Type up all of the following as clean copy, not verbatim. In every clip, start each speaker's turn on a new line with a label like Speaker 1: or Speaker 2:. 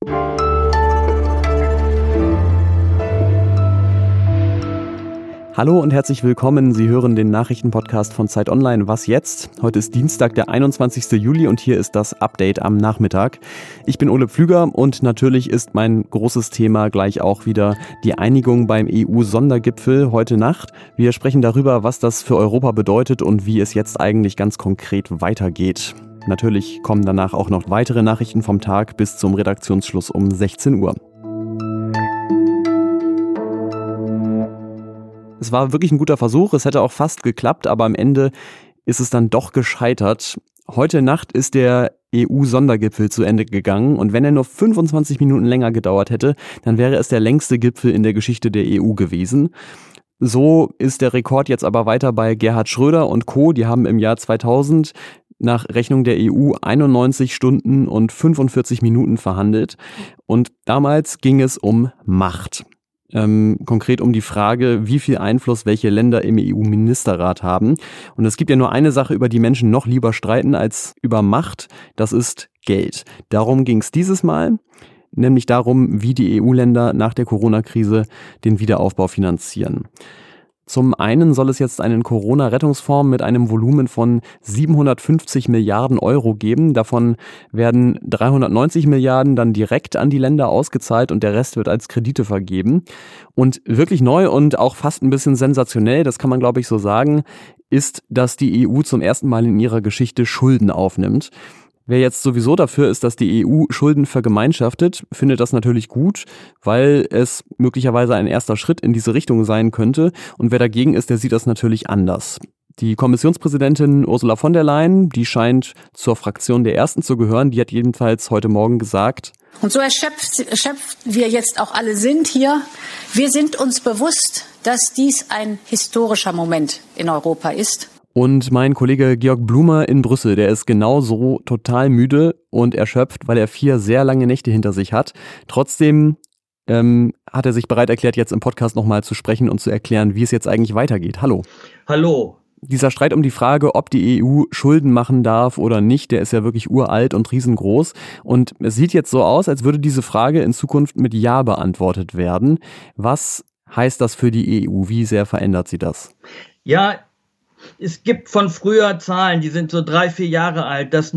Speaker 1: Hallo und herzlich willkommen. Sie hören den Nachrichtenpodcast von Zeit Online. Was jetzt? Heute ist Dienstag, der 21. Juli und hier ist das Update am Nachmittag. Ich bin Ole Pflüger und natürlich ist mein großes Thema gleich auch wieder die Einigung beim EU-Sondergipfel heute Nacht. Wir sprechen darüber, was das für Europa bedeutet und wie es jetzt eigentlich ganz konkret weitergeht. Natürlich kommen danach auch noch weitere Nachrichten vom Tag bis zum Redaktionsschluss um 16 Uhr. Es war wirklich ein guter Versuch, es hätte auch fast geklappt, aber am Ende ist es dann doch gescheitert. Heute Nacht ist der EU-Sondergipfel zu Ende gegangen und wenn er nur 25 Minuten länger gedauert hätte, dann wäre es der längste Gipfel in der Geschichte der EU gewesen. So ist der Rekord jetzt aber weiter bei Gerhard Schröder und Co. Die haben im Jahr 2000 nach Rechnung der EU 91 Stunden und 45 Minuten verhandelt und damals ging es um Macht. Konkret um die Frage, wie viel Einfluss welche Länder im EU-Ministerrat haben. Und es gibt ja nur eine Sache, über die Menschen noch lieber streiten als über Macht, das ist Geld. Darum ging es dieses Mal, nämlich darum, wie die EU-Länder nach der Corona-Krise den Wiederaufbau finanzieren. Zum einen soll es jetzt einen Corona-Rettungsfonds mit einem Volumen von 750 Milliarden Euro geben. Davon werden 390 Milliarden dann direkt an die Länder ausgezahlt und der Rest wird als Kredite vergeben. Und wirklich neu und auch fast ein bisschen sensationell, das kann man glaube ich so sagen, ist, dass die EU zum ersten Mal in ihrer Geschichte Schulden aufnimmt. Wer jetzt sowieso dafür ist, dass die EU Schulden vergemeinschaftet, findet das natürlich gut, weil es möglicherweise ein erster Schritt in diese Richtung sein könnte. Und wer dagegen ist, der sieht das natürlich anders. Die Kommissionspräsidentin Ursula von der Leyen, die scheint zur Fraktion der Ersten zu gehören, die hat jedenfalls heute Morgen gesagt:
Speaker 2: Und so erschöpft wir jetzt auch alle sind hier. Wir sind uns bewusst, dass dies ein historischer Moment in Europa ist.
Speaker 1: Und mein Kollege Georg Blumer in Brüssel, der ist genauso total müde und erschöpft, weil er 4 sehr lange Nächte hinter sich hat. Trotzdem hat er sich bereit erklärt, jetzt im Podcast nochmal zu sprechen und zu erklären, wie es jetzt eigentlich weitergeht. Hallo.
Speaker 3: Hallo.
Speaker 1: Dieser Streit um die Frage, ob die EU Schulden machen darf oder nicht, der ist ja wirklich uralt und riesengroß. Und es sieht jetzt so aus, als würde diese Frage in Zukunft mit Ja beantwortet werden. Was heißt das für die EU? Wie sehr verändert sie das?
Speaker 3: Ja, es gibt von früher Zahlen, die sind so 3-4 Jahre alt, dass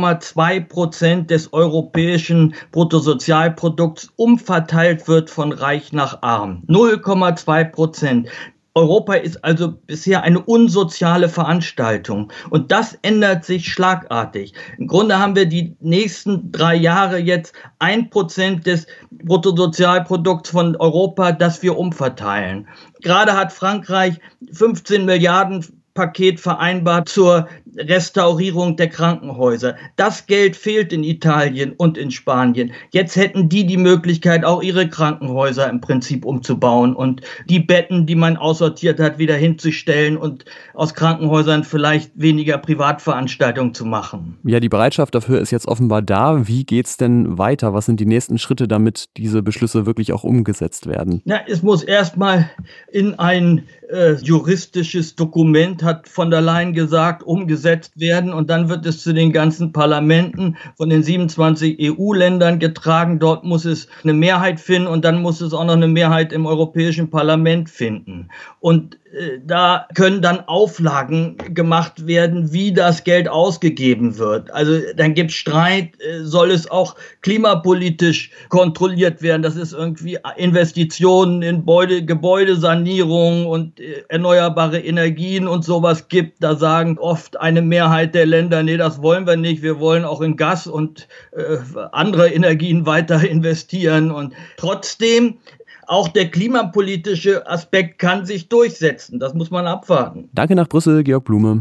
Speaker 3: 0,2% des europäischen Bruttosozialprodukts umverteilt wird von reich nach arm. 0,2%. Europa ist also bisher eine unsoziale Veranstaltung und das ändert sich schlagartig. Im Grunde haben wir die nächsten 3 Jahre jetzt 1% des Bruttosozialprodukts von Europa, das wir umverteilen. Gerade hat Frankreich 15 Milliarden Paket vereinbart zur Restaurierung der Krankenhäuser. Das Geld fehlt in Italien und in Spanien. Jetzt hätten die Möglichkeit, auch ihre Krankenhäuser im Prinzip umzubauen und die Betten, die man aussortiert hat, wieder hinzustellen und aus Krankenhäusern vielleicht weniger Privatveranstaltungen zu machen.
Speaker 1: Ja, die Bereitschaft dafür ist jetzt offenbar da. Wie geht's denn weiter? Was sind die nächsten Schritte, damit diese Beschlüsse wirklich auch umgesetzt werden?
Speaker 3: Ja, es muss erstmal in ein juristisches Dokument, hat von der Leyen gesagt, umgesetzt werden und dann wird es zu den ganzen Parlamenten von den 27 EU-Ländern getragen. Dort muss es eine Mehrheit finden und dann muss es auch noch eine Mehrheit im Europäischen Parlament finden. Und da können dann Auflagen gemacht werden, wie das Geld ausgegeben wird. Also dann gibt es Streit, soll es auch klimapolitisch kontrolliert werden, dass es irgendwie Investitionen in Gebäudesanierung und erneuerbare Energien und sowas gibt. Da sagen oft eine Mehrheit der Länder, nee, das wollen wir nicht, wir wollen auch in Gas und andere Energien weiter investieren. Und trotzdem auch der klimapolitische Aspekt kann sich durchsetzen. Das muss man abwarten.
Speaker 1: Danke nach Brüssel, Georg Blume.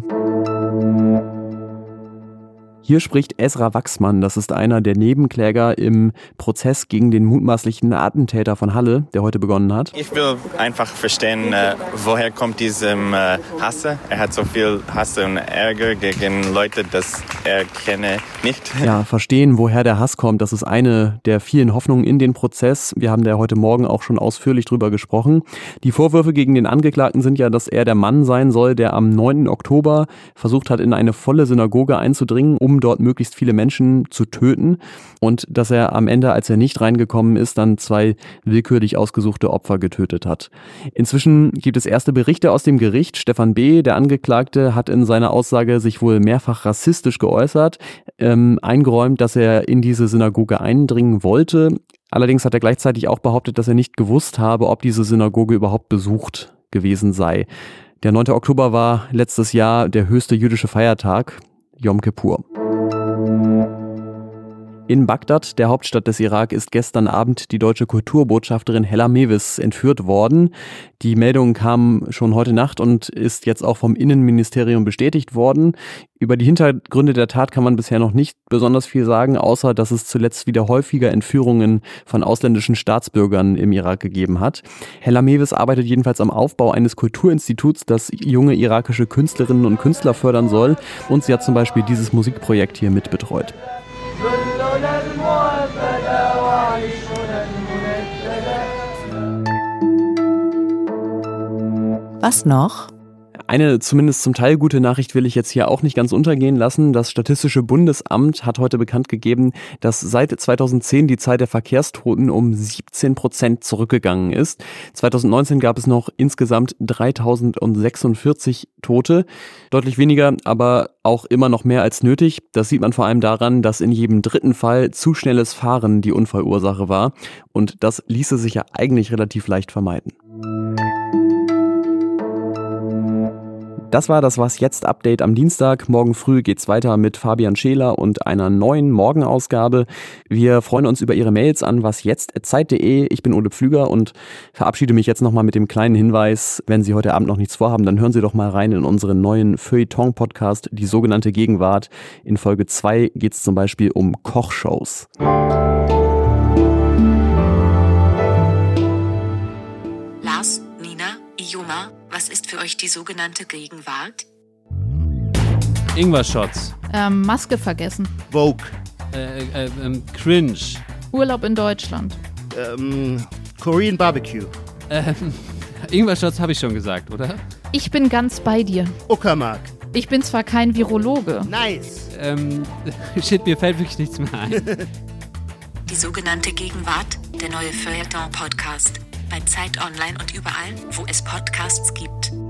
Speaker 1: Hier spricht Ezra Waxman, das ist einer der Nebenkläger im Prozess gegen den mutmaßlichen Attentäter von Halle, der heute begonnen hat.
Speaker 4: Ich will einfach verstehen, woher kommt diesem Hass. Er hat so viel Hass und Ärger gegen Leute, das er kenne nicht.
Speaker 1: Ja, verstehen, woher der Hass kommt, das ist eine der vielen Hoffnungen in den Prozess. Wir haben da heute Morgen auch schon ausführlich drüber gesprochen. Die Vorwürfe gegen den Angeklagten sind ja, dass er der Mann sein soll, der am 9. Oktober versucht hat, in eine volle Synagoge einzudringen, um um dort möglichst viele Menschen zu töten und dass er am Ende, als er nicht reingekommen ist, dann 2 willkürlich ausgesuchte Opfer getötet hat. Inzwischen gibt es erste Berichte aus dem Gericht. Stefan B., der Angeklagte, hat in seiner Aussage sich wohl mehrfach rassistisch geäußert, eingeräumt, dass er in diese Synagoge eindringen wollte. Allerdings hat er gleichzeitig auch behauptet, dass er nicht gewusst habe, ob diese Synagoge überhaupt besucht gewesen sei. Der 9. Oktober war letztes Jahr der höchste jüdische Feiertag, Yom Kippur. In Bagdad, der Hauptstadt des Irak, ist gestern Abend die deutsche Kulturbotschafterin Hella Mewis entführt worden. Die Meldung kam schon heute Nacht und ist jetzt auch vom Innenministerium bestätigt worden. Über die Hintergründe der Tat kann man bisher noch nicht besonders viel sagen, außer dass es zuletzt wieder häufiger Entführungen von ausländischen Staatsbürgern im Irak gegeben hat. Hella Mewis arbeitet jedenfalls am Aufbau eines Kulturinstituts, das junge irakische Künstlerinnen und Künstler fördern soll. Und sie hat zum Beispiel dieses Musikprojekt hier mitbetreut.
Speaker 5: Was noch?
Speaker 1: Eine zumindest zum Teil gute Nachricht will ich jetzt hier auch nicht ganz untergehen lassen. Das Statistische Bundesamt hat heute bekannt gegeben, dass seit 2010 die Zahl der Verkehrstoten um 17% zurückgegangen ist. 2019 gab es noch insgesamt 3046 Tote. Deutlich weniger, aber auch immer noch mehr als nötig. Das sieht man vor allem daran, dass in jedem 3. Fall zu schnelles Fahren die Unfallursache war. Und das ließe sich ja eigentlich relativ leicht vermeiden. Das war das Was jetzt Update am Dienstag. Morgen früh geht's weiter mit Fabian Scheler und einer neuen Morgenausgabe. Wir freuen uns über Ihre Mails an wasjetzt@zeit.de. Ich bin Ole Pflüger und verabschiede mich jetzt nochmal mit dem kleinen Hinweis, wenn Sie heute Abend noch nichts vorhaben, dann hören Sie doch mal rein in unseren neuen Feuilleton-Podcast, die sogenannte Gegenwart. In Folge 2 geht's zum Beispiel um Kochshows.
Speaker 5: Lars, Nina, Ioma, was ist für euch die sogenannte Gegenwart?
Speaker 6: Ingwer-Shots.
Speaker 7: Maske vergessen.
Speaker 8: Vogue.
Speaker 6: Cringe.
Speaker 7: Urlaub in Deutschland.
Speaker 8: Korean Barbecue.
Speaker 6: Ingwer-Shots habe ich schon gesagt, oder?
Speaker 7: Ich bin ganz bei dir.
Speaker 8: Uckermark.
Speaker 7: Ich bin zwar kein Virologe.
Speaker 8: Nice.
Speaker 6: Shit, mir fällt wirklich nichts mehr ein.
Speaker 5: Die sogenannte Gegenwart, der neue Feuilleton-Podcast. Bei Zeit Online und überall, wo es Podcasts gibt.